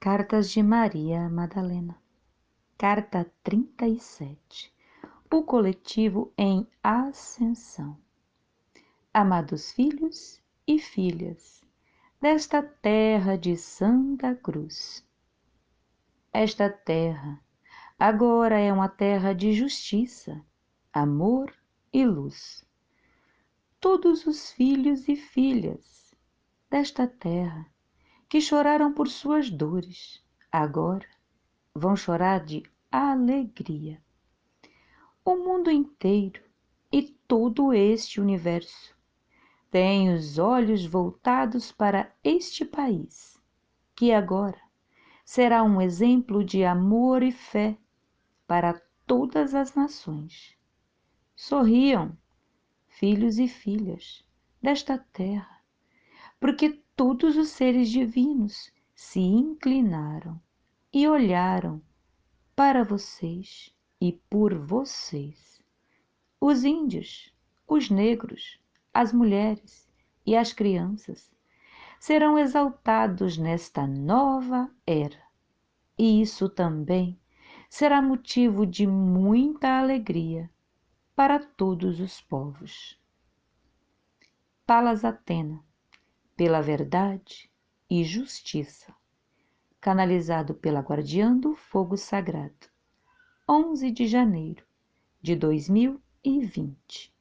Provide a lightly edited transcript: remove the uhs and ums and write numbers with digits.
Cartas de Maria Madalena. Carta 37. O coletivo em ascensão. Amados filhos e filhas desta terra de Santa Cruz. Esta terra agora é uma terra de justiça, amor e luz. Todos os filhos e filhas desta terra que choraram por suas dores, agora vão chorar de alegria. O mundo inteiro e todo este universo tem os olhos voltados para este país, que agora será um exemplo de amor e fé para todas as nações. Sorriam, filhos e filhas desta terra, porque todos os seres divinos se inclinaram e olharam para vocês e por vocês. Os índios, os negros, as mulheres e as crianças serão exaltados nesta nova era. E isso também será motivo de muita alegria para todos os povos. Palas Athena, pela verdade e justiça, canalizado pela Guardiã do Fogo Sagrado, 11 de janeiro de 2020.